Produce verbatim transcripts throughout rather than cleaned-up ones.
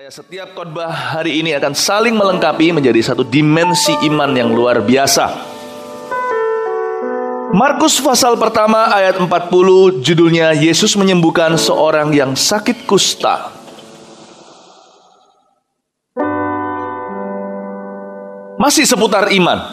Setiap khotbah hari ini akan saling melengkapi menjadi satu dimensi iman yang luar biasa. Markus pasal pertama ayat empat puluh, judulnya Yesus menyembuhkan seorang yang sakit kusta. Masih seputar iman.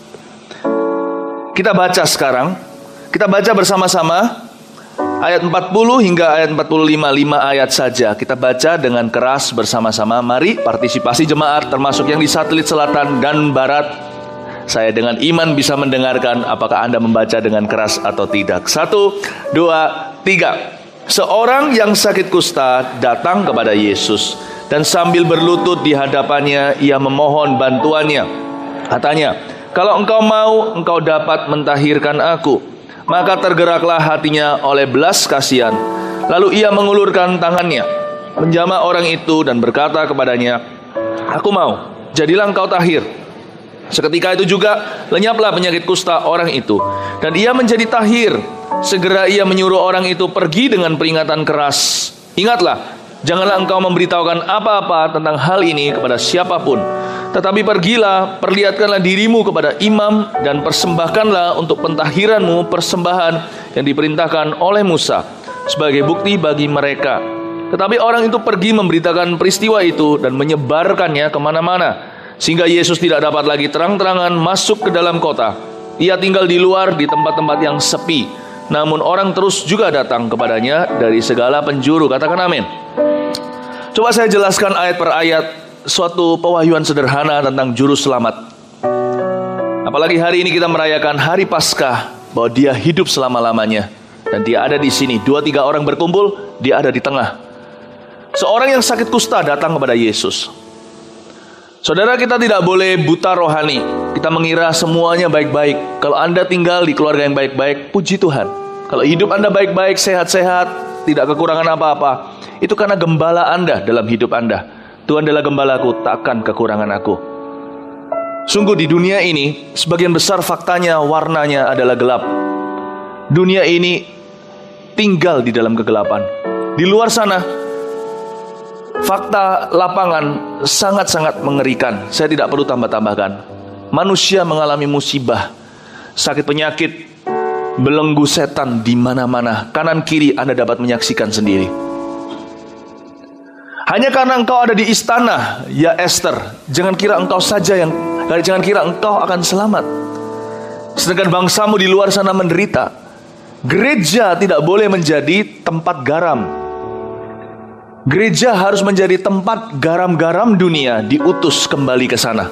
Kita baca sekarang. Kita baca bersama-sama ayat empat puluh hingga ayat empat puluh lima, lima ayat saja. Kita baca dengan keras bersama-sama. Mari partisipasi jemaat termasuk yang di satelit selatan dan barat. Saya dengan iman bisa mendengarkan apakah Anda membaca dengan keras atau tidak. Satu, dua, tiga. Seorang yang sakit kusta datang kepada Yesus, dan sambil berlutut di hadapannya ia memohon bantuannya. Katanya, "Kalau engkau mau, engkau dapat mentahirkan aku." Maka tergeraklah hatinya oleh belas kasihan. Lalu ia mengulurkan tangannya, menjamah orang itu dan berkata kepadanya, "Aku mau, jadilah engkau tahir." Seketika itu juga lenyaplah penyakit kusta orang itu, dan ia menjadi tahir. Segera ia menyuruh orang itu pergi dengan peringatan keras. "Ingatlah, janganlah engkau memberitahukan apa-apa tentang hal ini kepada siapapun. Tetapi pergilah, perlihatkanlah dirimu kepada imam dan persembahkanlah untuk pentahiranmu persembahan yang diperintahkan oleh Musa sebagai bukti bagi mereka." Tetapi orang itu pergi memberitakan peristiwa itu dan menyebarkannya kemana-mana, sehingga Yesus tidak dapat lagi terang-terangan masuk ke dalam kota. Ia tinggal di luar di tempat-tempat yang sepi. Namun orang terus juga datang kepadanya dari segala penjuru. Katakan amin. Coba saya jelaskan ayat per ayat suatu pewahyuan sederhana tentang juru selamat. Apalagi hari ini kita merayakan hari Paskah, bahwa dia hidup selama-lamanya dan dia ada di sini. Dua tiga orang berkumpul, dia ada di tengah. Seorang yang sakit kusta datang kepada Yesus. Saudara, kita tidak boleh buta rohani. Kita mengira semuanya baik-baik. Kalau Anda tinggal di keluarga yang baik-baik, puji Tuhan. Kalau hidup Anda baik-baik, sehat-sehat, tidak kekurangan apa-apa, itu karena gembala Anda dalam hidup Anda. "Tuhan adalah gembalaku, takkan kekurangan aku." Sungguh di dunia ini, sebagian besar faktanya warnanya adalah gelap. Dunia ini tinggal di dalam kegelapan. Di luar sana, fakta lapangan sangat-sangat mengerikan. Saya tidak perlu tambah-tambahkan. Manusia mengalami musibah, sakit penyakit, belenggu setan di mana-mana. Kanan kiri Anda dapat menyaksikan sendiri. Hanya karena engkau ada di istana, ya Esther, jangan kira engkau saja yang, jangan kira engkau akan selamat. Sedangkan bangsamu di luar sana menderita. Gereja tidak boleh menjadi tempat garam. Gereja harus menjadi tempat garam-garam dunia diutus kembali ke sana.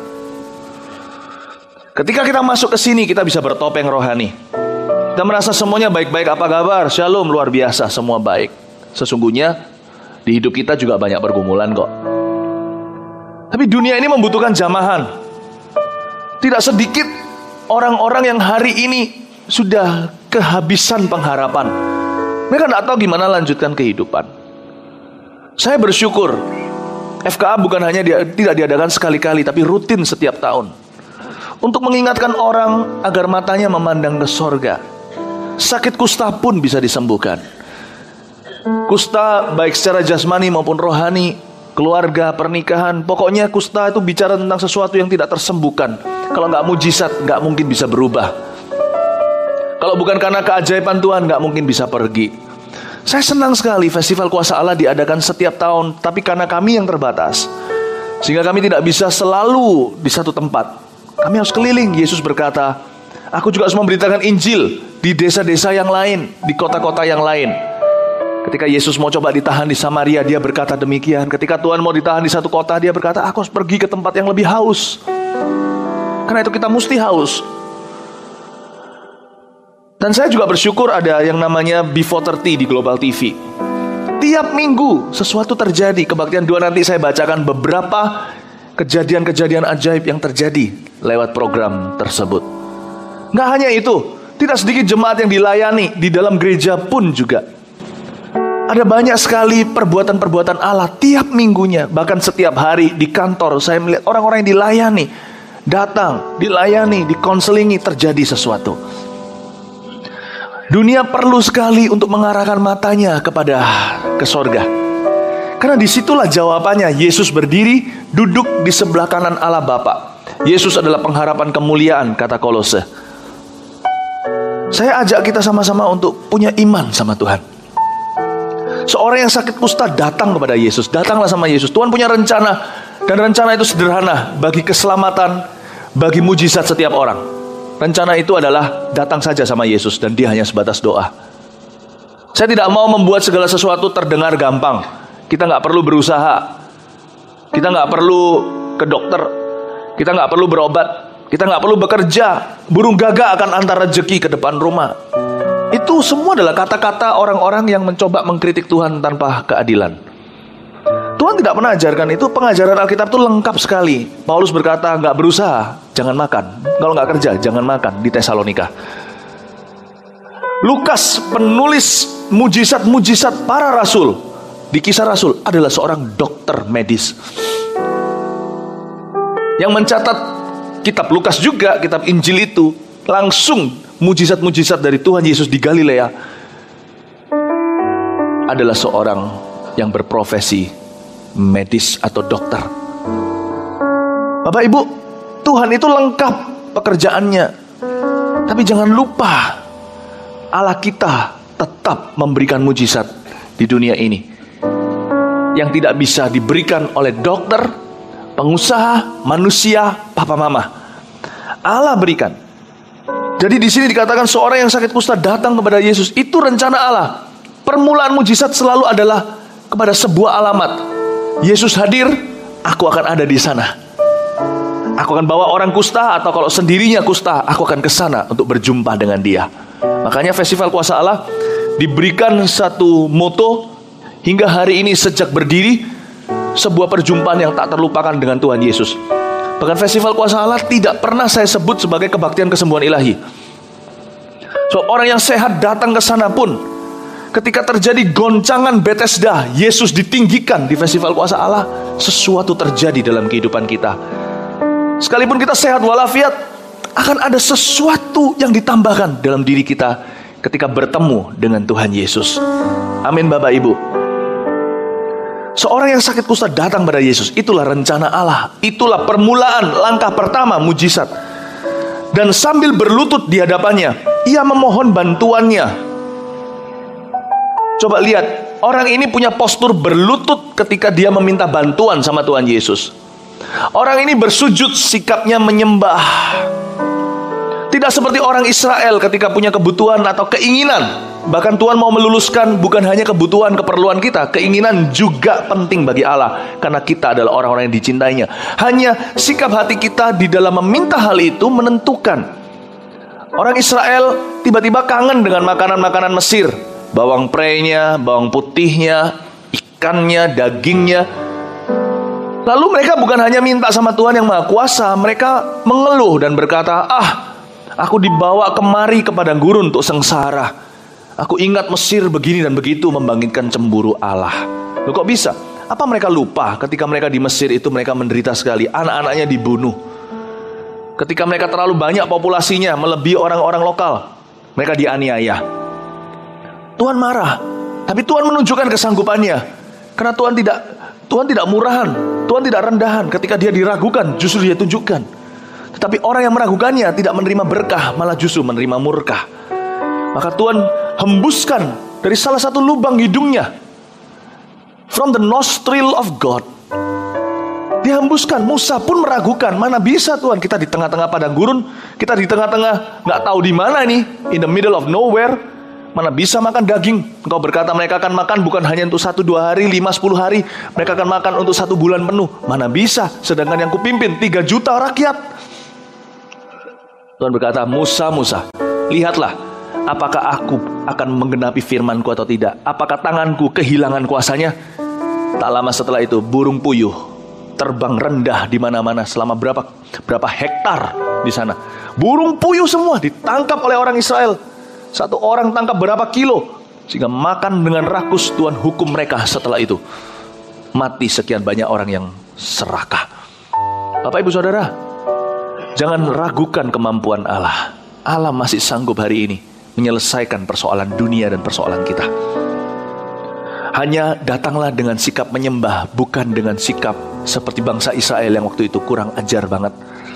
Ketika kita masuk ke sini, kita bisa bertopeng rohani. Kita merasa semuanya baik-baik, apa kabar? Shalom, luar biasa, semua baik. Sesungguhnya di hidup kita juga banyak pergumulan kok. Tapi dunia ini membutuhkan jamahan. Tidak sedikit orang-orang yang hari ini sudah kehabisan pengharapan. Mereka tidak tahu gimana lanjutkan kehidupan. Saya bersyukur F K A bukan hanya dia, tidak diadakan sekali-kali, tapi rutin setiap tahun, untuk mengingatkan orang agar matanya memandang ke sorga. Sakit kusta pun bisa disembuhkan. Kusta baik secara jasmani maupun rohani, keluarga, pernikahan. Pokoknya kusta itu bicara tentang sesuatu yang tidak tersembuhkan. Kalau nggak mujizat, nggak mungkin bisa berubah. Kalau bukan karena keajaiban Tuhan, nggak mungkin bisa pergi. Saya senang sekali Festival Kuasa Allah diadakan setiap tahun, tapi karena kami yang terbatas, sehingga kami tidak bisa selalu di satu tempat. Kami harus keliling. Yesus berkata, "Aku juga harus memberitakan Injil di desa-desa yang lain, di kota-kota yang lain." Ketika Yesus mau coba ditahan di Samaria, dia berkata demikian. Ketika Tuhan mau ditahan di satu kota, dia berkata, "Aku harus pergi ke tempat yang lebih haus." Karena itu kita mesti haus. Dan saya juga bersyukur ada yang namanya Before tiga puluh di Global T V. Tiap minggu sesuatu terjadi. Kebaktian dua nanti saya bacakan beberapa kejadian-kejadian ajaib yang terjadi lewat program tersebut. Nggak hanya itu, tidak sedikit jemaat yang dilayani di dalam gereja pun juga. Ada banyak sekali perbuatan-perbuatan Allah tiap minggunya. Bahkan setiap hari di kantor saya melihat orang-orang yang dilayani, datang, dilayani, dikonselingi, terjadi sesuatu. Dunia perlu sekali untuk mengarahkan matanya kepada ke sorga. Karena disitulah jawabannya. Yesus berdiri, duduk di sebelah kanan Allah Bapa. Yesus adalah pengharapan kemuliaan, kata Kolose. Saya ajak kita sama-sama untuk punya iman sama Tuhan. Seorang yang sakit kusta datang kepada Yesus. Datanglah sama Yesus. Tuhan punya rencana. Dan rencana itu sederhana. Bagi keselamatan, bagi mujizat setiap orang. Rencana itu adalah datang saja sama Yesus. Dan dia hanya sebatas doa. Saya tidak mau membuat segala sesuatu terdengar gampang. Kita gak perlu berusaha. Kita gak perlu ke dokter. Kita gak perlu berobat. Kita gak perlu bekerja. Burung gagak akan antar rezeki ke depan rumah. Itu semua adalah kata-kata orang-orang yang mencoba mengkritik Tuhan tanpa keadilan. Tuhan tidak pernah ajarkan itu. Pengajaran Alkitab itu lengkap sekali. Paulus berkata, gak berusaha, jangan makan. Kalau gak kerja, jangan makan di Tesalonika. Lukas, penulis mujizat-mujizat para rasul di Kisah Rasul, adalah seorang dokter medis yang mencatat kitab Lukas juga, kitab Injil itu langsung mujizat-mujizat dari Tuhan Yesus di Galilea. Adalah seorang yang berprofesi medis atau dokter. Bapak Ibu, Tuhan itu lengkap pekerjaannya. Tapi jangan lupa, Allah kita tetap memberikan mujizat di dunia ini yang tidak bisa diberikan oleh dokter, pengusaha, manusia, papa mama. Allah berikan. Jadi di sini dikatakan seorang yang sakit kusta datang kepada Yesus. Itu rencana Allah. Permulaan mujizat selalu adalah kepada sebuah alamat. Yesus hadir, aku akan ada di sana. Aku akan bawa orang kusta, atau kalau sendirinya kusta, aku akan ke sana untuk berjumpa dengan dia. Makanya Festival Kuasa Allah diberikan satu moto. Hingga hari ini sejak berdiri, sebuah perjumpaan yang tak terlupakan dengan Tuhan Yesus. Bahkan Festival Kuasa Allah tidak pernah saya sebut sebagai kebaktian kesembuhan ilahi. So, orang yang sehat datang ke sana pun, ketika terjadi goncangan Bethesda, Yesus ditinggikan di Festival Kuasa Allah, sesuatu terjadi dalam kehidupan kita. Sekalipun kita sehat walafiat, akan ada sesuatu yang ditambahkan dalam diri kita ketika bertemu dengan Tuhan Yesus. Amin Bapak Ibu. Seorang yang sakit kusta datang pada Yesus. Itulah rencana Allah. Itulah permulaan langkah pertama mujizat. Dan sambil berlutut di hadapannya, ia memohon bantuannya. Coba lihat, orang ini punya postur berlutut ketika dia meminta bantuan sama Tuhan Yesus. Orang ini bersujud, sikapnya menyembah. Tidak seperti orang Israel ketika punya kebutuhan atau keinginan. Bahkan Tuhan mau meluluskan bukan hanya kebutuhan, keperluan kita. Keinginan juga penting bagi Allah, karena kita adalah orang-orang yang dicintainya. Hanya sikap hati kita di dalam meminta hal itu menentukan. Orang Israel tiba-tiba kangen dengan makanan-makanan Mesir. Bawang prainya, bawang putihnya, ikannya, dagingnya. Lalu mereka bukan hanya minta sama Tuhan yang Maha Kuasa. Mereka mengeluh dan berkata, ah, aku dibawa kemari ke padang gurun untuk sengsara. Aku ingat Mesir begini dan begitu, membangkitkan cemburu Allah. Loh, kok bisa? Apa mereka lupa ketika mereka di Mesir itu mereka menderita sekali, anak-anaknya dibunuh. Ketika mereka terlalu banyak populasinya, melebihi orang-orang lokal, mereka dianiaya. Tuhan marah, tapi Tuhan menunjukkan kesanggupannya. Karena Tuhan tidak Tuhan tidak murahan, Tuhan tidak rendahan. Ketika dia diragukan, justru dia tunjukkan. Tetapi orang yang meragukannya tidak menerima berkah, malah justru menerima murka. Maka Tuhan hembuskan dari salah satu lubang hidungnya, from the nostril of God, dihembuskan. Musa pun meragukan, mana bisa Tuhan, kita di tengah-tengah padang gurun, kita di tengah-tengah nggak tahu di mana nih, in the middle of nowhere, mana bisa makan daging. Engkau berkata mereka akan makan bukan hanya untuk satu dua hari, lima sepuluh hari, mereka akan makan untuk satu bulan penuh. Mana bisa, sedangkan yang kupimpin tiga juta rakyat. Tuhan berkata, Musa, Musa, lihatlah, apakah aku akan menggenapi firmanku atau tidak? Apakah tanganku kehilangan kuasanya? Tak lama setelah itu, burung puyuh terbang rendah di mana-mana selama berapa berapa hektar di sana. Burung puyuh semua ditangkap oleh orang Israel. Satu orang tangkap berapa kilo, sehingga makan dengan rakus. Tuhan hukum mereka setelah itu. Mati sekian banyak orang yang serakah. Bapak Ibu Saudara, jangan ragukan kemampuan Allah. Allah masih sanggup hari ini menyelesaikan persoalan dunia dan persoalan kita. Hanya datanglah dengan sikap menyembah, bukan dengan sikap seperti bangsa Israel yang waktu itu kurang ajar banget.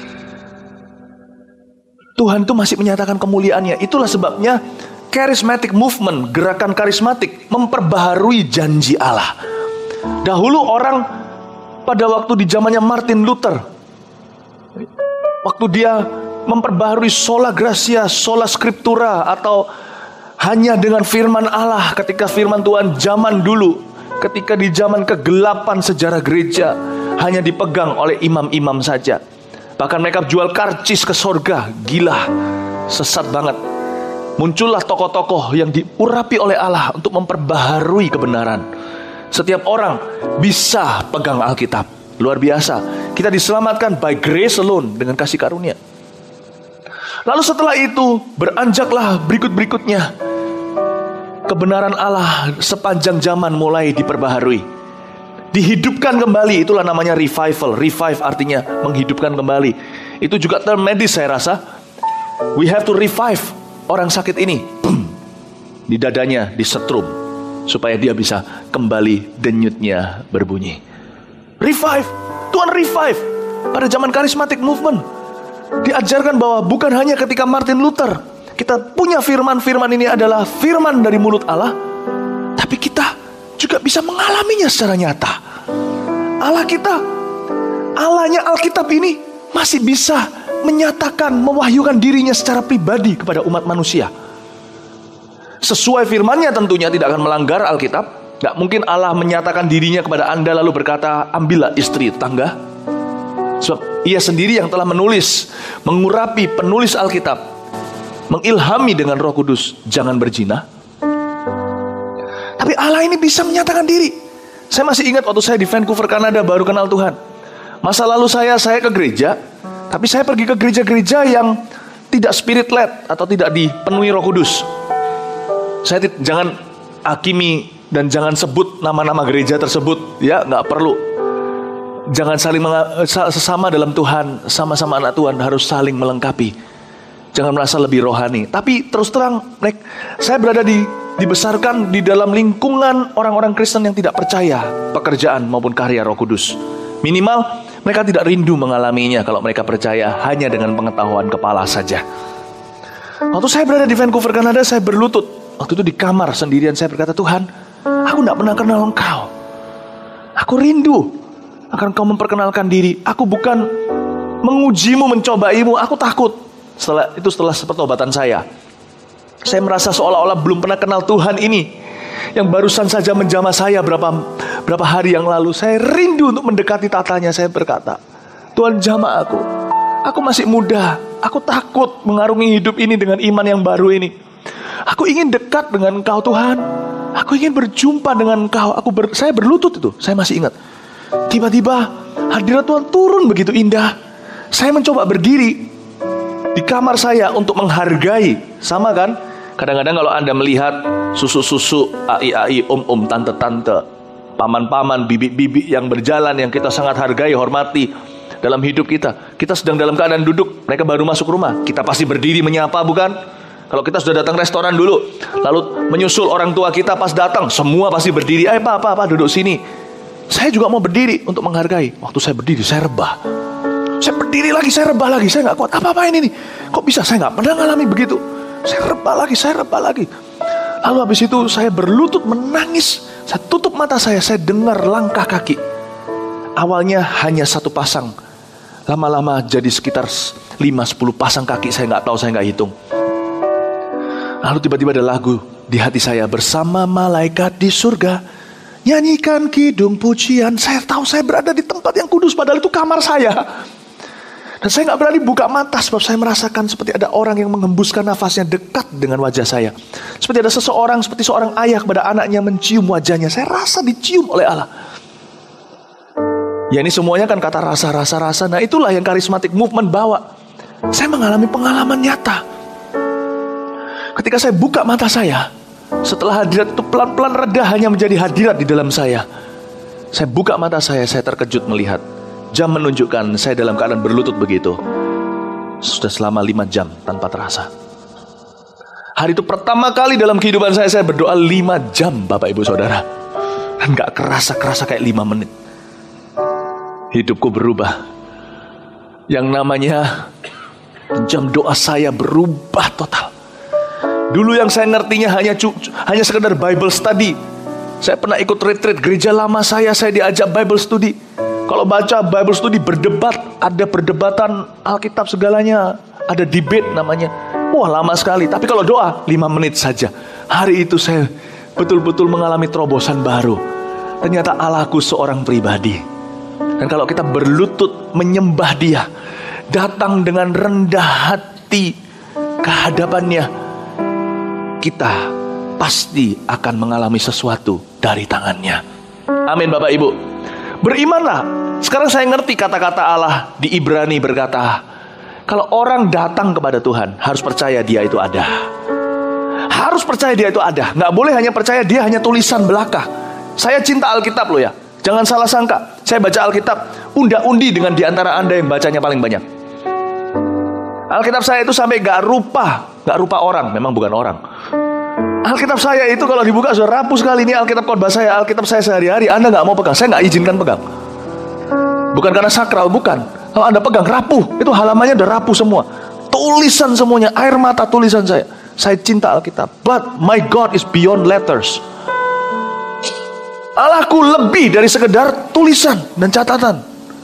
Tuhan itu masih menyatakan kemuliaannya. Itulah sebabnya charismatic movement, gerakan karismatik, memperbaharui janji Allah. Dahulu orang pada waktu di zamannya Martin Luther, waktu dia memperbaharui sola gratia, sola scriptura, atau hanya dengan firman Allah, ketika firman Tuhan zaman dulu, ketika di zaman kegelapan sejarah gereja, hanya dipegang oleh imam-imam saja. Bahkan mereka jual karcis ke sorga. Gila, sesat banget. Muncullah tokoh-tokoh yang diurapi oleh Allah untuk memperbaharui kebenaran. Setiap orang bisa pegang Alkitab. Luar biasa. Kita diselamatkan by grace alone, dengan kasih karunia. Lalu setelah itu beranjaklah berikut-berikutnya. Kebenaran Allah sepanjang zaman mulai diperbaharui, dihidupkan kembali. Itulah namanya revival. Revive artinya menghidupkan kembali. Itu juga term medis saya rasa. We have to revive orang sakit ini. Di dadanya disetrum supaya dia bisa kembali, denyutnya berbunyi. Revive. Tuhan revive. Pada zaman charismatic movement diajarkan bahwa bukan hanya ketika Martin Luther kita punya firman-firman ini adalah firman dari mulut Allah, tapi kita juga bisa mengalaminya secara nyata. Allah kita, Allahnya Alkitab ini masih bisa menyatakan, mewahyukan dirinya secara pribadi kepada umat manusia. Sesuai firmannya tentunya, tidak akan melanggar Alkitab. Gak mungkin Allah menyatakan dirinya kepada Anda lalu berkata, ambillah istri tetangga. Sebab ia sendiri yang telah menulis, mengurapi penulis Alkitab, mengilhami dengan Roh Kudus, jangan berzina. Tapi Allah ini bisa menyatakan diri. Saya masih ingat waktu saya di Vancouver, Kanada, baru kenal Tuhan. Masa lalu saya, saya ke gereja, tapi saya pergi ke gereja-gereja yang tidak spirit led atau tidak dipenuhi Roh Kudus. Saya t- jangan hakimi dan jangan sebut nama-nama gereja tersebut, ya, nggak perlu. Jangan saling menga- sesama dalam Tuhan, sama-sama anak Tuhan harus saling melengkapi. Jangan merasa lebih rohani. Tapi terus terang, saya berada di dibesarkan di dalam lingkungan orang-orang Kristen yang tidak percaya pekerjaan maupun karya Roh Kudus. Minimal mereka tidak rindu mengalaminya. Kalau mereka percaya hanya dengan pengetahuan kepala saja. Waktu saya berada di Vancouver, Kanada, saya berlutut. Waktu itu di kamar sendirian saya berkata, Tuhan, aku tidak pernah kenal Engkau. Aku rindu akan Engkau memperkenalkan diri. Aku bukan mengujimu, mencobaimu. Aku takut. Setelah itu, setelah pertobatan saya, saya merasa seolah-olah belum pernah kenal Tuhan ini, yang barusan saja menjamah saya berapa berapa hari yang lalu. Saya rindu untuk mendekati tatanya. Saya berkata, Tuhan jamah aku. Aku masih muda. Aku takut mengarungi hidup ini dengan iman yang baru ini. Aku ingin dekat dengan Engkau Tuhan. Aku ingin berjumpa dengan Engkau. Aku ber, saya berlutut itu. Saya masih ingat. Tiba-tiba hadirat Tuhan turun begitu indah. Saya mencoba berdiri di kamar saya untuk menghargai. Sama kan? Kadang-kadang kalau Anda melihat susu-susu, ai-ai, om-om, tante-tante, paman-paman, bibi-bibi yang berjalan, yang kita sangat hargai, hormati dalam hidup kita. Kita sedang dalam keadaan duduk, mereka baru masuk rumah. Kita pasti berdiri menyapa, bukan? Kalau kita sudah datang restoran dulu, lalu menyusul orang tua kita pas datang, semua pasti berdiri. Eh pak, pak, pak, duduk sini. Saya juga mau berdiri untuk menghargai. Waktu saya berdiri, saya rebah. Saya berdiri lagi, saya rebah lagi. Saya gak kuat, apa-apain ini? Kok bisa? Saya gak pernah ngalami begitu. Saya rebah lagi, saya rebah lagi. Lalu habis itu saya berlutut menangis. Saya tutup mata saya, saya dengar langkah kaki. Awalnya hanya satu pasang, lama-lama jadi sekitar lima sepuluh pasang kaki. Saya gak tahu, saya gak hitung. Lalu tiba-tiba ada lagu di hati saya, bersama malaikat di surga, nyanyikan kidung pujian. Saya tahu saya berada di tempat yang kudus, padahal itu kamar saya. Dan saya gak berani buka mata, sebab saya merasakan seperti ada orang yang menghembuskan nafasnya dekat dengan wajah saya. Seperti ada seseorang, seperti seorang ayah kepada anaknya mencium wajahnya. Saya rasa dicium oleh Allah. Ya ini semuanya kan kata rasa-rasa-rasa. Nah itulah yang charismatic movement bawa. Saya mengalami pengalaman nyata. Ketika saya buka mata saya, setelah hadirat itu pelan-pelan reda hanya menjadi hadirat di dalam saya. Saya buka mata saya, saya terkejut melihat jam menunjukkan saya dalam keadaan berlutut begitu. Sudah selama lima jam tanpa terasa. Hari itu pertama kali dalam kehidupan saya, saya berdoa lima jam, Bapak Ibu Saudara. Dan gak kerasa-kerasa kayak lima menit. Hidupku berubah. Yang namanya jam doa saya berubah total. Dulu yang saya ngertinya hanya hanya sekedar Bible study. Saya pernah ikut retreat gereja lama saya, saya diajak Bible study. Kalau baca Bible study berdebat, ada perdebatan Alkitab segalanya, ada debate namanya. Wah, lama sekali. Tapi kalau doa lima menit saja. Hari itu saya betul-betul mengalami terobosan baru. Ternyata Allahku seorang pribadi. Dan kalau kita berlutut menyembah Dia, datang dengan rendah hati ke hadapannya, kita pasti akan mengalami sesuatu dari tangannya. Amin Bapak Ibu. Berimanlah. Sekarang saya ngerti kata-kata Allah di Ibrani berkata, kalau orang datang kepada Tuhan, harus percaya Dia itu ada. Harus percaya Dia itu ada. Nggak boleh hanya percaya Dia hanya tulisan belaka. Saya cinta Alkitab loh ya. Jangan salah sangka. Saya baca Alkitab, unda-undi dengan diantara Anda yang bacanya paling banyak. Alkitab saya itu sampai gak rupa. Gak rupa orang, memang bukan orang. Alkitab saya itu kalau dibuka sudah rapuh sekali. Ini Alkitab khotbah saya, Alkitab saya sehari-hari. Anda gak mau pegang, saya gak izinkan pegang. Bukan karena sakral, bukan. Kalau Anda pegang rapuh, itu halamannya udah rapuh semua. Tulisan semuanya, air mata tulisan saya. Saya cinta Alkitab. But my God is beyond letters. Allahku lebih dari sekedar tulisan dan catatan.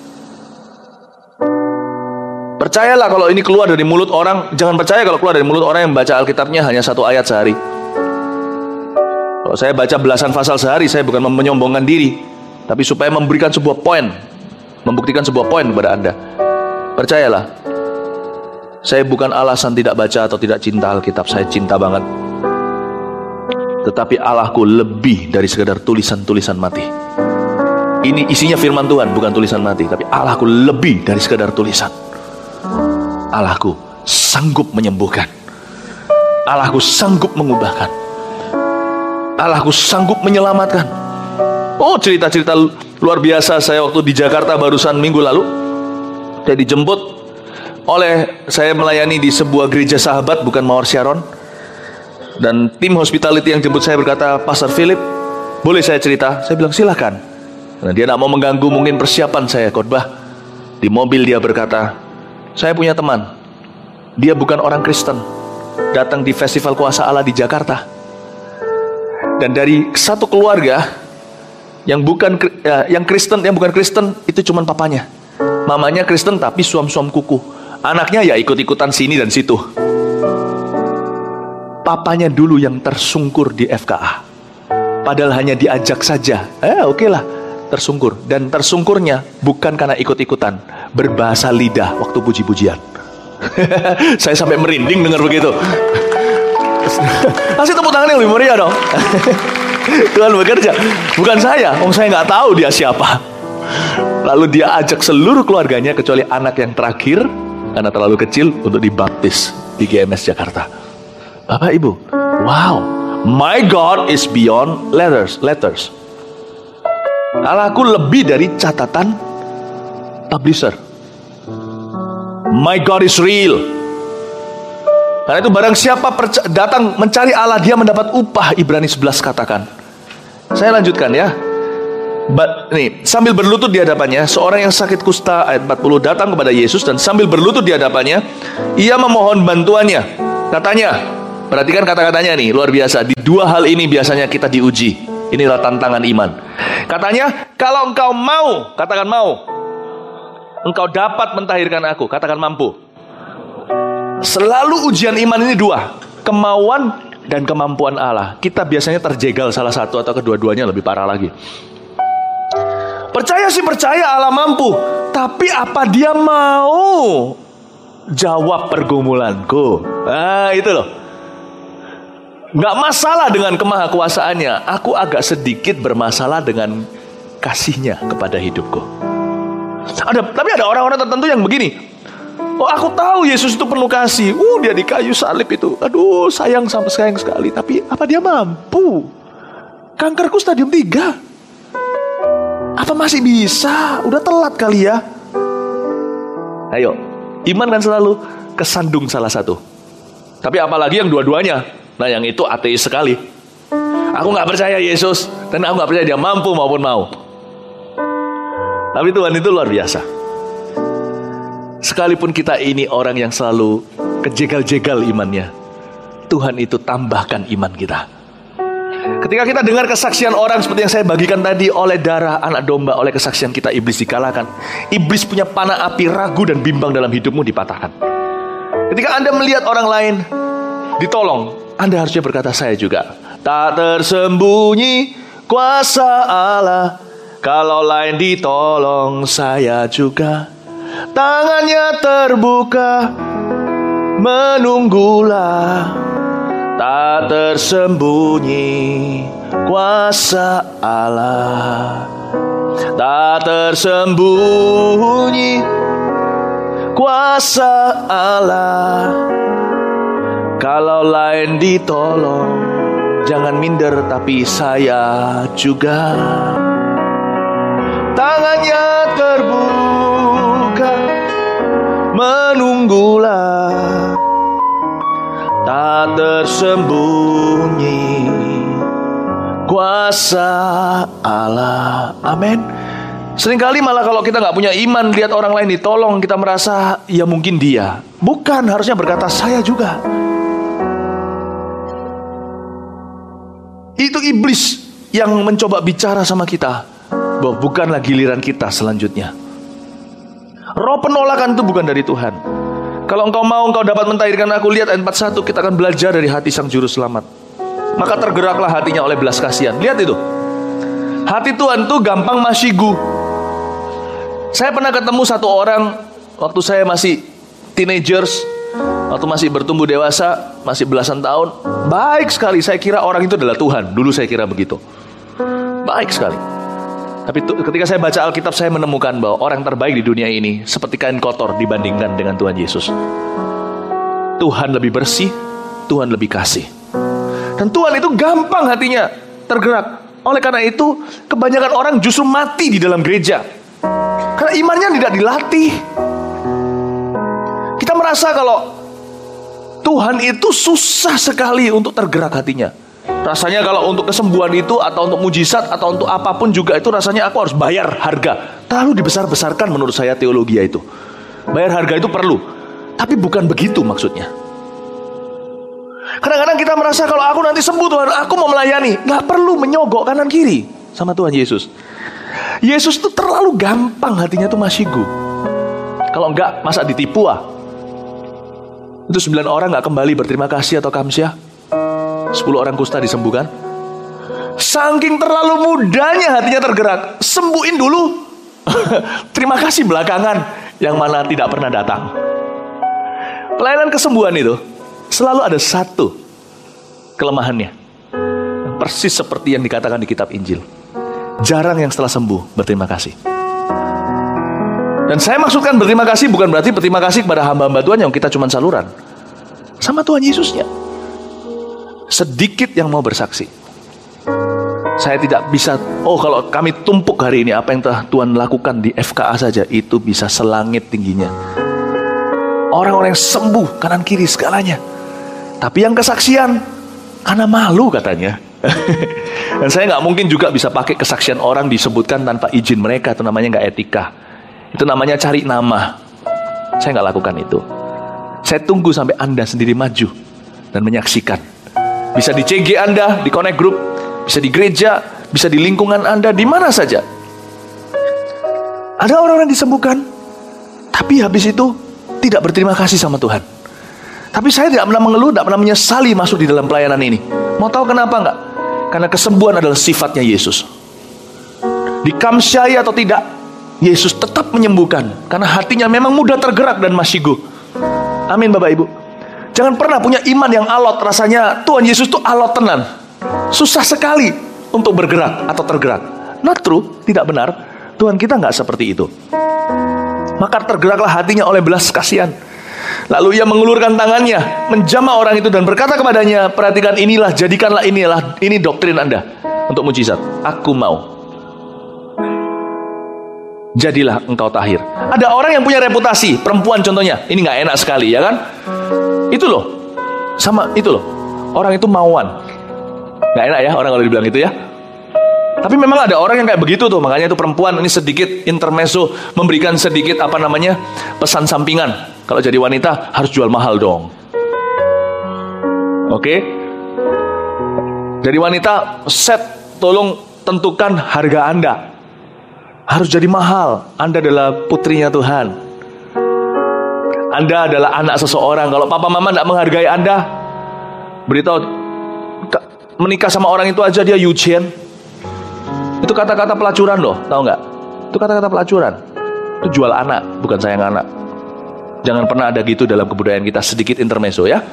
Percayalah kalau ini keluar dari mulut orang. Jangan percaya kalau keluar dari mulut orang yang baca Alkitabnya hanya satu ayat sehari. Kalau saya baca belasan pasal sehari, saya bukan menyombongkan diri, tapi supaya memberikan sebuah poin, membuktikan sebuah poin kepada Anda. Percayalah, saya bukan alasan tidak baca atau tidak cinta Alkitab. Saya cinta banget. Tetapi Allahku lebih dari sekedar tulisan-tulisan mati. Ini isinya firman Tuhan, bukan tulisan mati. Tapi Allahku lebih dari sekedar tulisan. Allahku sanggup menyembuhkan. Allahku sanggup mengubahkan. Allahku sanggup menyelamatkan. Oh, cerita-cerita luar biasa. Saya waktu di Jakarta barusan minggu lalu, saya dijemput oleh, saya melayani di sebuah gereja sahabat, bukan Mawar Sharon. Dan tim hospitality yang jemput saya berkata, Pastor Philip, boleh saya cerita? Saya bilang silakan. Nah, dia tidak mau mengganggu mungkin persiapan saya khotbah. Di mobil dia berkata, saya punya teman, dia bukan orang Kristen, datang di Festival Kuasa Allah di Jakarta. Dan dari satu keluarga yang bukan ya, yang Kristen, yang bukan Kristen itu cuma papanya. Mamanya Kristen tapi suam-suam kuku. Anaknya ya ikut-ikutan sini dan situ. Papanya dulu yang tersungkur di F K A. Padahal hanya diajak saja. Eh oke lah, tersungkur. Dan tersungkurnya bukan karena ikut-ikutan, berbahasa lidah waktu puji-pujian. Saya sampai merinding dengar begitu. Kasih tepuk tangan yang lebih meriah dong. Tuhan bekerja, bukan saya. Om saya nggak tahu dia siapa. Lalu dia ajak seluruh keluarganya kecuali anak yang terakhir, karena terlalu kecil untuk dibaptis di G M S Jakarta. Bapak Ibu, wow, my God is beyond letters, letters. Allahku lebih dari catatan publisher. My God is real. Karena itu barang siapa datang mencari Allah, dia mendapat upah. Ibrani sebelas katakan. Saya lanjutkan ya. But, nih, sambil berlutut di hadapannya, seorang yang sakit kusta ayat empat puluh datang kepada Yesus dan sambil berlutut di hadapannya, ia memohon bantuannya. Katanya, perhatikan kata-katanya nih, luar biasa. Di dua hal ini biasanya kita diuji. Inilah tantangan iman. Katanya, kalau engkau mau, katakan mau, engkau dapat mentahirkan aku, katakan mampu. Selalu ujian iman ini dua, kemauan dan kemampuan Allah. Kita biasanya terjegal salah satu atau kedua-duanya, lebih parah lagi. Percaya sih percaya Allah mampu, tapi apa dia mau jawab pergumulanku? Ah itu loh. Gak masalah dengan kemahakuasaannya, aku agak sedikit bermasalah dengan kasihnya kepada hidupku. Ada, tapi ada orang-orang tertentu yang begini. Oh aku tahu Yesus itu penuh kasih. Uh dia di kayu salib itu, aduh sayang sama sayang sekali. Tapi apa dia mampu? Kankerku stadium tiga. Apa masih bisa? Udah telat kali ya. Ayo, iman kan selalu kesandung salah satu. Tapi apalagi yang dua-duanya. Nah yang itu ateis sekali. Aku gak percaya Yesus, dan aku gak percaya dia mampu maupun mau. Tapi Tuhan itu luar biasa. Sekalipun kita ini orang yang selalu kejegal-jegal imannya, Tuhan itu tambahkan iman kita. Ketika kita dengar kesaksian orang seperti yang saya bagikan tadi, oleh darah anak domba, oleh kesaksian kita iblis dikalahkan. Iblis punya panah api ragu dan bimbang dalam hidupmu dipatahkan. Ketika Anda melihat orang lain ditolong, Anda harusnya berkata, saya juga. Tak tersembunyi kuasa Allah, kalau lain ditolong saya juga. Tangannya terbuka, menunggulah. Tak tersembunyi kuasa Allah, tak tersembunyi kuasa Allah. Kalau lain ditolong, jangan minder, tapi saya juga. Tangannya terbuka, menunggulah. Tak tersembunyi kuasa Allah. Amin. Seringkali malah kalau kita gak punya iman, lihat orang lain ditolong, kita merasa ya mungkin dia. Bukan, harusnya berkata saya juga. Itu iblis yang mencoba bicara sama kita bahwa bukanlah giliran kita selanjutnya. Roh penolakan itu bukan dari Tuhan. Kalau engkau mau, engkau dapat mentahirkan aku. Lihat ayat empat puluh satu, kita akan belajar dari hati sang juru selamat. Maka tergeraklah hatinya oleh belas kasihan. Lihat itu, hati Tuhan tuh gampang masyigu. Saya pernah ketemu satu orang waktu saya masih teenagers, waktu masih bertumbuh dewasa, masih belasan tahun. Baik sekali, saya kira orang itu adalah Tuhan. Dulu saya kira begitu, baik sekali. Tapi ketika saya baca Alkitab, saya menemukan bahwa orang terbaik di dunia ini seperti kain kotor dibandingkan dengan Tuhan Yesus. Tuhan lebih bersih, Tuhan lebih kasih. Dan Tuhan itu gampang hatinya tergerak. Oleh karena itu, kebanyakan orang justru mati di dalam gereja karena imannya tidak dilatih. Kita merasa kalau Tuhan itu susah sekali untuk tergerak hatinya. Rasanya kalau untuk kesembuhan itu, atau untuk mujizat, atau untuk apapun juga itu, rasanya aku harus bayar harga. Terlalu dibesar-besarkan menurut saya teologi itu. Bayar harga itu perlu, tapi bukan begitu maksudnya. Kadang-kadang kita merasa kalau aku nanti sembuh Tuhan, aku mau melayani. Gak perlu menyogok kanan kiri sama Tuhan Yesus. Yesus itu terlalu gampang hatinya tuh masyigu. Kalau enggak, masa ditipu ah? Itu sembilan orang gak kembali berterima kasih atau kamsyah. Sepuluh orang kusta disembuhkan. Saking terlalu mudahnya hatinya tergerak, sembuhin dulu. Terima kasih belakangan, yang mana tidak pernah datang. Pelayanan kesembuhan itu selalu ada satu kelemahannya, persis seperti yang dikatakan di kitab Injil. Jarang yang setelah sembuh berterima kasih. Dan saya maksudkan berterima kasih bukan berarti berterima kasih kepada hamba-hamba Tuhan yang kita cuma saluran. Sama Tuhan Yesusnya. Sedikit yang mau bersaksi. Saya tidak bisa, oh kalau kami tumpuk hari ini apa yang telah Tuhan lakukan di F K A saja, itu bisa selangit tingginya. Orang-orang yang sembuh kanan kiri segalanya. Tapi yang kesaksian karena malu katanya. Dan saya gak mungkin juga bisa pakai kesaksian orang disebutkan tanpa izin mereka. Itu namanya gak etika. Itu namanya cari nama. Saya gak lakukan itu. Saya tunggu sampai Anda sendiri maju dan menyaksikan. Bisa di C G Anda, di Connect Group, bisa di gereja, bisa di lingkungan Anda, di mana saja. Ada orang-orang disembuhkan, tapi habis itu tidak berterima kasih sama Tuhan. Tapi saya tidak pernah mengeluh, tidak pernah menyesali masuk di dalam pelayanan ini. Mau tahu kenapa enggak? Karena kesembuhan adalah sifatnya Yesus. Di kamsyai atau tidak, Yesus tetap menyembuhkan. Karena hatinya memang mudah tergerak dan masyigu. Amin Bapak Ibu. Jangan pernah punya iman yang alot. Rasanya Tuhan Yesus itu alot tenan. Susah sekali untuk bergerak atau tergerak. Not true, tidak benar. Tuhan kita nggak seperti itu. Maka tergeraklah hatinya oleh belas kasihan. Lalu ia mengulurkan tangannya, menjamah orang itu dan berkata kepadanya, perhatikan inilah, jadikanlah inilah, ini doktrin Anda untuk mujizat. Aku mau. Jadilah engkau tahir. Ada orang yang punya reputasi, perempuan contohnya, ini nggak enak sekali ya kan? Itu loh, sama itu loh, orang itu mauan. Gak enak ya orang kalau dibilang gitu ya. Tapi memang ada orang yang kayak begitu tuh. Makanya itu perempuan ini sedikit intermezzo, memberikan sedikit apa namanya pesan sampingan. Kalau jadi wanita harus jual mahal dong. Oke. Jadi wanita, set, tolong tentukan harga Anda. Harus jadi mahal. Anda adalah putrinya Tuhan. Anda adalah anak seseorang. Kalau papa mama tidak menghargai Anda, beritahu, menikah sama orang itu aja dia Eugene. Itu kata-kata pelacuran loh, tahu nggak? Itu kata-kata pelacuran. Itu jual anak, bukan sayang anak. Jangan pernah ada gitu dalam kebudayaan kita. Sedikit intermezzo ya.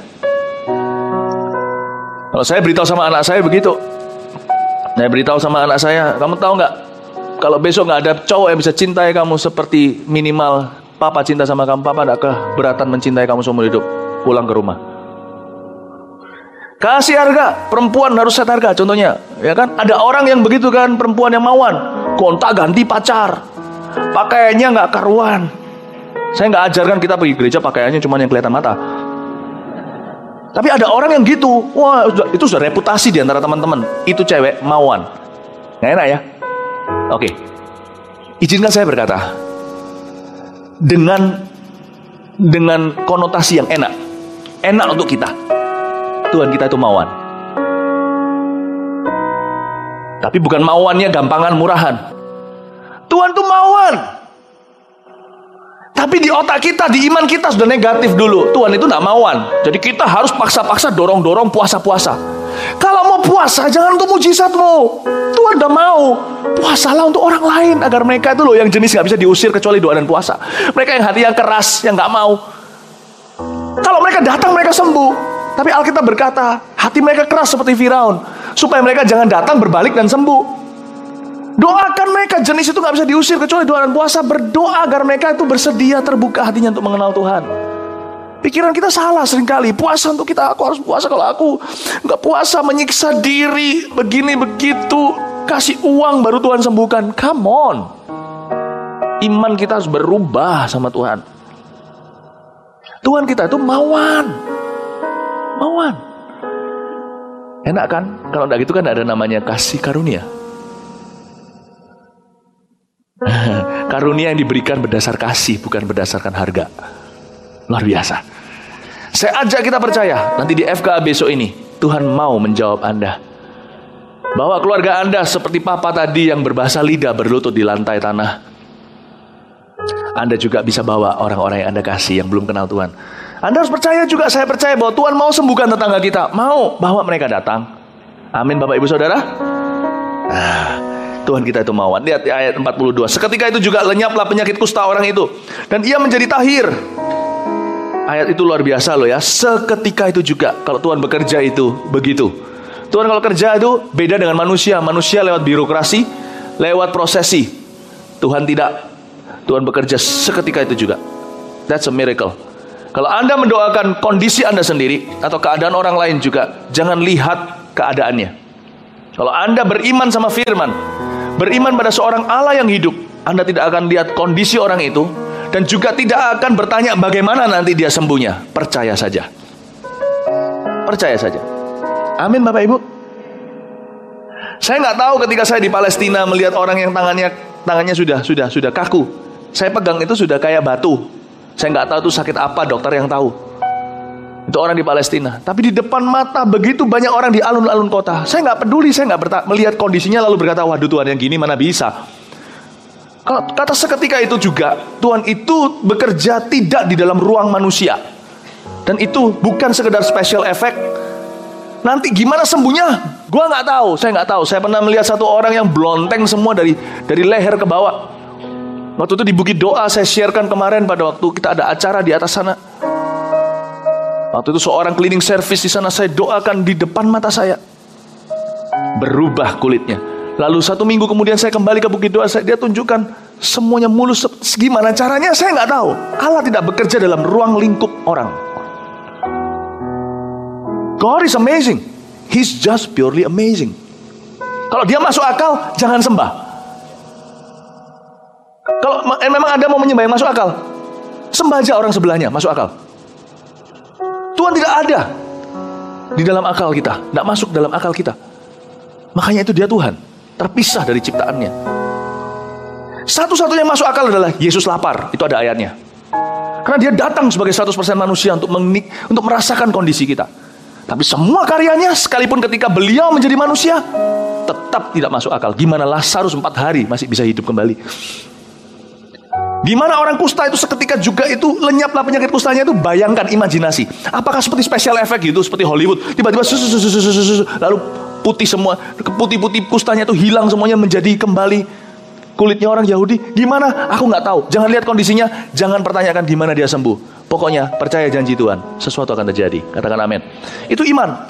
Kalau saya beritahu sama anak saya begitu, saya beritahu sama anak saya, kamu tahu nggak? Kalau besok nggak ada cowok yang bisa cintai kamu seperti minimal papa cinta sama kamu, papa nggak keberatan mencintai kamu seumur hidup. Pulang ke rumah. Kasih harga, perempuan harus set harga. Contohnya, ya kan? Ada orang yang begitu kan, perempuan yang mauan, gonta ganti pacar, pakaiannya nggak karuan. Saya nggak ajarkan kita pergi gereja pakaiannya cuma yang kelihatan mata. Tapi ada orang yang gitu, wah itu sudah reputasi di antara teman-teman. Itu cewek mauan, nggak enak ya? Oke, izinkan saya berkata dengan dengan konotasi yang enak, enak untuk kita. Tuhan kita itu mauan. Tapi bukan mauannya gampangan murahan. Tuhan itu mauan. Tapi di otak kita, di iman kita sudah negatif dulu. Tuhan itu tidak mauan. Jadi kita harus paksa-paksa dorong-dorong puasa-puasa. Kalau mau puasa jangan untuk mujizatmu. Tuhan udah mau. Puasalah untuk orang lain agar mereka itu loh yang jenis gak bisa diusir kecuali doa dan puasa. Mereka yang hati yang keras, yang gak mau. Kalau mereka datang mereka sembuh. Tapi Alkitab berkata, hati mereka keras seperti Firaun, supaya mereka jangan datang berbalik dan sembuh. Doakan mereka, jenis itu gak bisa diusir kecuali doa dan puasa. Berdoa agar mereka itu bersedia terbuka hatinya untuk mengenal Tuhan. Pikiran kita salah seringkali. Puasa untuk kita, aku harus puasa. Kalau aku gak puasa, menyiksa diri, begini begitu, kasih uang baru Tuhan sembuhkan. Come on. Iman kita harus berubah sama Tuhan. Tuhan kita itu mauan. Mauan. Enak kan? Kalau enggak gitu kan ada namanya kasih karunia. Karunia yang diberikan berdasar kasih, bukan berdasarkan harga. Luar biasa. Saya ajak kita percaya, nanti di F K A besok ini, Tuhan mau menjawab Anda. Bahwa keluarga Anda seperti papa tadi yang berbahasa lidah berlutut di lantai tanah. Anda juga bisa bawa orang-orang yang Anda kasih yang belum kenal Tuhan. Anda harus percaya juga, saya percaya bahwa Tuhan mau sembuhkan tetangga kita. Mau, bawa mereka datang. Amin Bapak Ibu Saudara. Nah, Tuhan kita itu mauan. Lihat di ayat empat puluh dua. Seketika itu juga lenyaplah penyakit kusta orang itu, dan ia menjadi tahir. Ayat itu luar biasa loh ya. Seketika itu juga. Kalau Tuhan bekerja itu begitu. Tuhan kalau kerja itu beda dengan manusia. Manusia lewat birokrasi, lewat prosesi. Tuhan tidak. Tuhan bekerja seketika itu juga. That's a miracle. Kalau Anda mendoakan kondisi Anda sendiri atau keadaan orang lain juga, jangan lihat keadaannya. Kalau Anda beriman sama firman, beriman pada seorang Allah yang hidup, Anda tidak akan lihat kondisi orang itu, dan juga tidak akan bertanya bagaimana nanti dia sembuhnya. Percaya saja. Percaya saja. Amin Bapak Ibu. Saya nggak tahu ketika saya di Palestina melihat orang yang tangannya tangannya sudah sudah sudah kaku. Saya pegang itu sudah kayak batu. Saya nggak tahu itu sakit apa, dokter yang tahu. Itu orang di Palestina. Tapi di depan mata begitu banyak orang di alun-alun kota. Saya nggak peduli, saya nggak melihat kondisinya lalu berkata, waduh Tuhan yang gini mana bisa. Kalau kata seketika itu juga, Tuhan itu bekerja tidak di dalam ruang manusia. Dan itu bukan sekedar special effect. Nanti gimana sembuhnya? Gua nggak tahu, saya nggak tahu. Saya pernah melihat satu orang yang blonteng semua dari dari leher ke bawah. Waktu itu di Bukit Doa saya sharekan kemarin pada waktu kita ada acara di atas sana. Waktu itu seorang cleaning service di sana saya doakan di depan mata saya. Berubah kulitnya. Lalu satu minggu kemudian saya kembali ke Bukit Doa, saya, dia tunjukkan semuanya mulus. Gimana caranya saya nggak tahu. Allah tidak bekerja dalam ruang lingkup orang. God is amazing. He's just purely amazing. Kalau dia masuk akal, jangan sembah. Kalau memang Anda mau menyembah yang masuk akal, sembah aja orang sebelahnya, masuk akal. Tuhan tidak ada di dalam akal kita, tidak masuk dalam akal kita. Makanya itu dia Tuhan, terpisah dari ciptaannya. Satu-satunya masuk akal adalah Yesus lapar. Itu ada ayatnya. Karena dia datang sebagai seratus persen manusia untuk menik, untuk merasakan kondisi kita. Tapi semua karyanya, sekalipun ketika beliau menjadi manusia, tetap tidak masuk akal. Gimana Lazarus empat hari masih bisa hidup kembali? Gimana orang kusta itu seketika juga itu lenyaplah penyakit kustanya itu? Bayangkan, imajinasi. Apakah seperti special effect gitu, seperti Hollywood? Tiba-tiba susu, susu, susu, susu, susu, lalu putih semua, putih-putih kustanya itu hilang semuanya menjadi kembali kulitnya orang Yahudi. Gimana? Aku nggak tahu. Jangan lihat kondisinya, jangan pertanyakan gimana dia sembuh. Pokoknya percaya janji Tuhan, sesuatu akan terjadi. Katakan amin. Itu iman.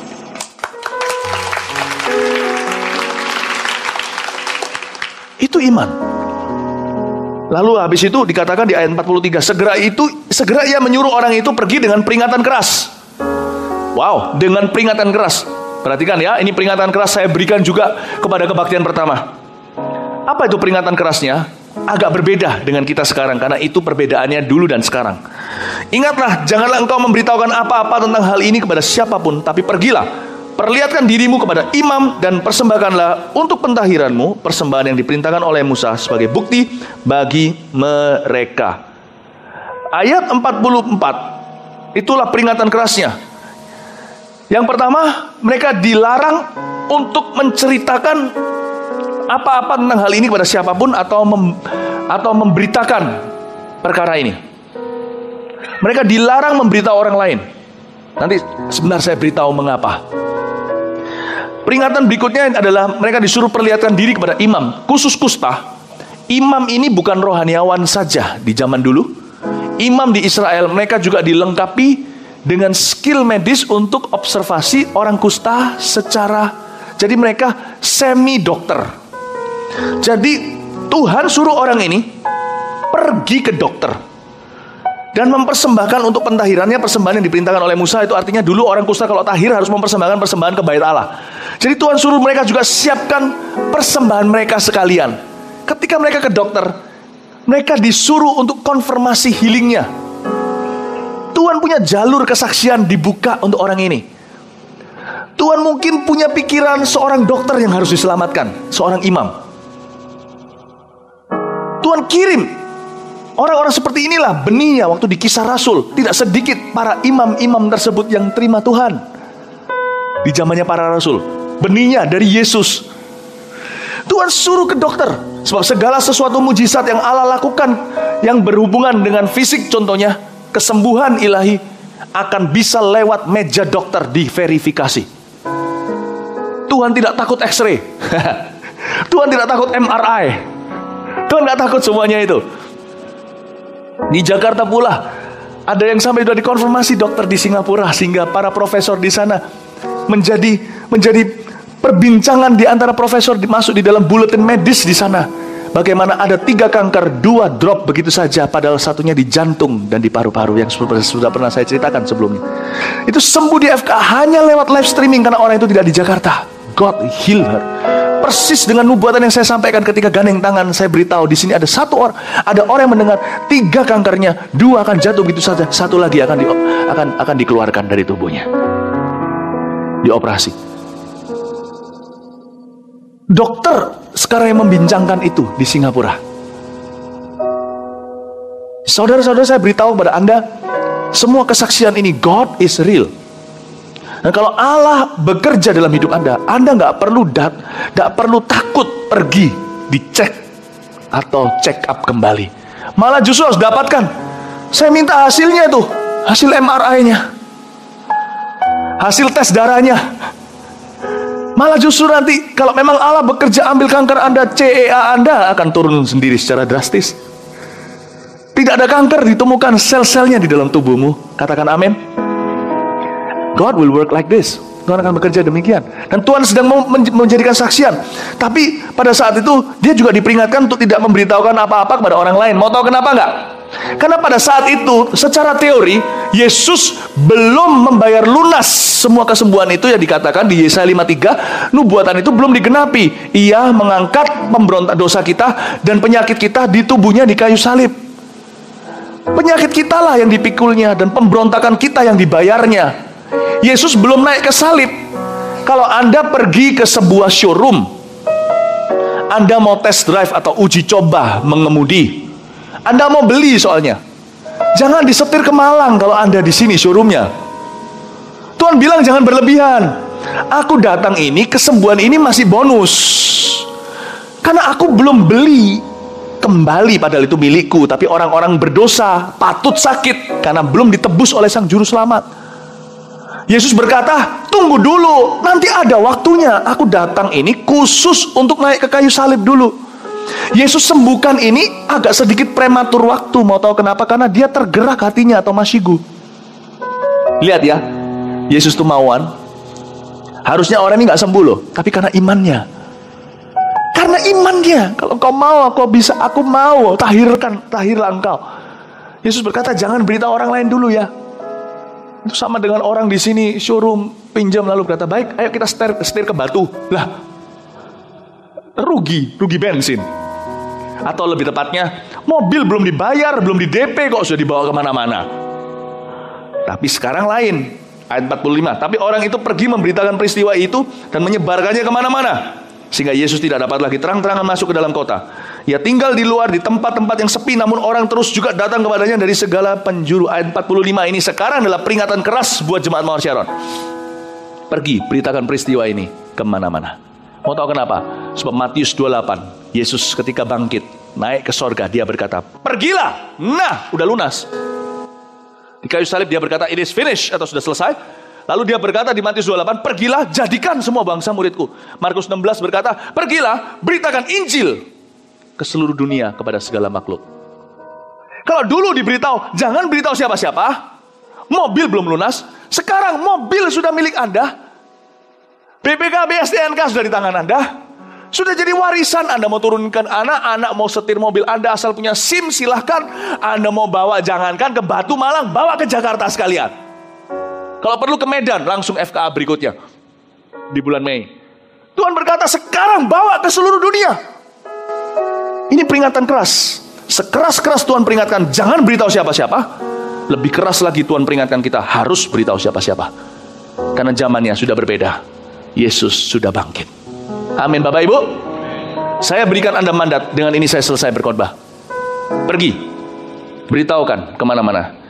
Itu iman. Lalu habis itu dikatakan di ayat empat puluh tiga, segera itu segera ia menyuruh orang itu pergi dengan peringatan keras. Wow, dengan peringatan keras. Perhatikan ya, ini peringatan keras saya berikan juga kepada kebaktian pertama. Apa itu peringatan kerasnya? Agak berbeda dengan kita sekarang, karena itu perbedaannya dulu dan sekarang. Ingatlah, janganlah engkau memberitahukan apa-apa tentang hal ini kepada siapapun, tapi pergilah, perlihatkan dirimu kepada imam dan persembahkanlah untuk pentahiranmu persembahan yang diperintahkan oleh Musa sebagai bukti bagi mereka. Ayat empat puluh empat, itulah peringatan kerasnya. Yang pertama, mereka dilarang untuk menceritakan apa-apa tentang hal ini kepada siapapun atau mem, atau memberitakan perkara ini. Mereka dilarang memberitahu orang lain. Nanti sebentar saya beritahu mengapa. Peringatan berikutnya adalah mereka disuruh perlihatkan diri kepada imam. Khusus kusta, imam ini bukan rohaniawan saja di zaman dulu. Imam di Israel mereka juga dilengkapi dengan skill medis untuk observasi orang kusta secara, jadi mereka semi dokter. Jadi Tuhan suruh orang ini pergi ke dokter dan mempersembahkan untuk pentahirannya persembahan yang diperintahkan oleh Musa. Itu artinya dulu orang kusta kalau tahir harus mempersembahkan persembahan ke bait Allah. Jadi Tuhan suruh mereka juga siapkan persembahan mereka sekalian. Ketika mereka ke dokter, mereka disuruh untuk konfirmasi healingnya. Tuhan punya jalur kesaksian dibuka untuk orang ini. Tuhan mungkin punya pikiran seorang dokter yang harus diselamatkan, seorang imam. Tuhan kirim orang-orang seperti inilah benihnya waktu di Kisah Rasul. Tidak sedikit para imam-imam tersebut yang terima Tuhan di zamannya para rasul. Benihnya dari Yesus. Tuhan suruh ke dokter, sebab segala sesuatu mujizat yang Allah lakukan yang berhubungan dengan fisik, contohnya kesembuhan ilahi, akan bisa lewat meja dokter diverifikasi. Tuhan tidak takut X-ray. Tuhan tidak takut M R I. Tuhan tidak takut semuanya itu. Di Jakarta pula ada yang sampai sudah dikonfirmasi dokter di Singapura, sehingga para profesor di sana menjadi menjadi perbincangan di antara profesor, masuk di dalam buletin medis di sana. Bagaimana ada tiga kanker, dua drop begitu saja, padahal satunya di jantung dan di paru-paru yang sudah, sudah pernah saya ceritakan sebelumnya. Itu sembuh di F K hanya lewat live streaming karena orang itu tidak di Jakarta. God heal her. Persis dengan nubuatan yang saya sampaikan ketika gandeng tangan, saya beritahu di sini ada satu orang, ada orang yang mendengar tiga kankernya, dua akan jatuh begitu saja, satu lagi akan di, akan akan dikeluarkan dari tubuhnya, dioperasi. Dokter sekarang yang membincangkan itu di Singapura. Saudara-saudara, saya beritahu kepada Anda, semua kesaksian ini, God is real. Dan kalau Allah bekerja dalam hidup Anda, Anda nggak perlu dat, nggak perlu takut pergi dicek atau check up kembali. Malah justru harus dapatkan. Saya minta hasilnya itu, hasil M R I-nya, hasil tes darahnya. Malah justru nanti kalau memang Allah bekerja ambil kanker Anda, C E A Anda akan turun sendiri secara drastis. Tidak ada kanker ditemukan sel-selnya di dalam tubuhmu. Katakan amin. God will work like this. Tuhan akan bekerja demikian. Dan Tuhan sedang menjadikan saksian. Tapi pada saat itu dia juga diperingatkan untuk tidak memberitahukan apa-apa kepada orang lain. Mau tahu kenapa enggak? Karena pada saat itu secara teori Yesus belum membayar lunas semua kesembuhan itu yang dikatakan di Yesaya lima puluh tiga. Nubuatan itu belum digenapi. Ia mengangkat pemberontak dosa kita dan penyakit kita di tubuhnya di kayu salib. Penyakit kita lah yang dipikulnya dan pemberontakan kita yang dibayarnya. Yesus belum naik ke salib. Kalau Anda pergi ke sebuah showroom, Anda mau test drive atau uji coba mengemudi, Anda mau beli soalnya, jangan disetir ke Malang kalau Anda di sini showroomnya. Tuhan bilang jangan berlebihan. Aku datang ini, kesembuhan ini masih bonus. Karena aku belum beli kembali, padahal itu milikku. Tapi orang-orang berdosa patut sakit karena belum ditebus oleh Sang Juru Selamat. Yesus berkata, tunggu dulu, nanti ada waktunya. Aku datang ini khusus untuk naik ke kayu salib dulu. Yesus sembuhkan ini agak sedikit prematur waktu. Mau tahu kenapa? Karena dia tergerak hatinya atau masyigu. Lihat ya, Yesus tuh mauan. Harusnya orang ini gak sembuh loh, tapi karena imannya. Karena imannya, kalau kau mau, aku bisa, aku mau, tahirkan, tahirlah engkau. Yesus berkata, jangan beritahu orang lain dulu ya. Itu sama dengan orang di sini showroom pinjam lalu berkata, baik, ayo kita setir, setir ke Batu. Lah, rugi, rugi bensin. Atau lebih tepatnya, mobil belum dibayar, belum di D P kok sudah dibawa kemana-mana. Tapi sekarang lain. Ayat empat puluh lima, tapi orang itu pergi memberitakan peristiwa itu dan menyebarkannya kemana-mana, sehingga Yesus tidak dapat lagi terang-terangan masuk ke dalam kota. Ia tinggal di luar di tempat-tempat yang sepi, namun orang terus juga datang kepadanya dari segala penjuru. Ayat empat puluh lima ini sekarang adalah peringatan keras buat jemaat Mawar Syaron. Pergi beritakan peristiwa ini kemana-mana. Mau tahu kenapa? Sebab Matius dua puluh delapan, Yesus ketika bangkit naik ke sorga, dia berkata, pergilah, nah udah lunas. Di kayu salib dia berkata, it is finished, atau sudah selesai. Lalu dia berkata di Matius dua puluh delapan, pergilah, jadikan semua bangsa muridku. Markus enam belas berkata, pergilah, beritakan Injil ke seluruh dunia kepada segala makhluk. Kalau dulu diberitahu, jangan beritahu siapa-siapa, mobil belum lunas. Sekarang mobil sudah milik Anda, B P K B S T N K sudah di tangan Anda, sudah jadi warisan. Anda mau turunkan anak, anak mau setir mobil Anda asal punya SIM, silahkan. Anda mau bawa, jangankan ke Batu Malang, bawa ke Jakarta sekalian. Kalau perlu ke Medan, langsung F K A berikutnya di bulan Mei. Tuhan berkata, sekarang bawa ke seluruh dunia. Ini peringatan keras. Sekeras-keras Tuhan peringatkan, jangan beritahu siapa-siapa. Lebih keras lagi Tuhan peringatkan kita, harus beritahu siapa-siapa. Karena zamannya sudah berbeda. Yesus sudah bangkit. Amin Bapak Ibu. Saya berikan Anda mandat. Dengan ini saya selesai berkhotbah. Pergi, beritahukan kemana-mana.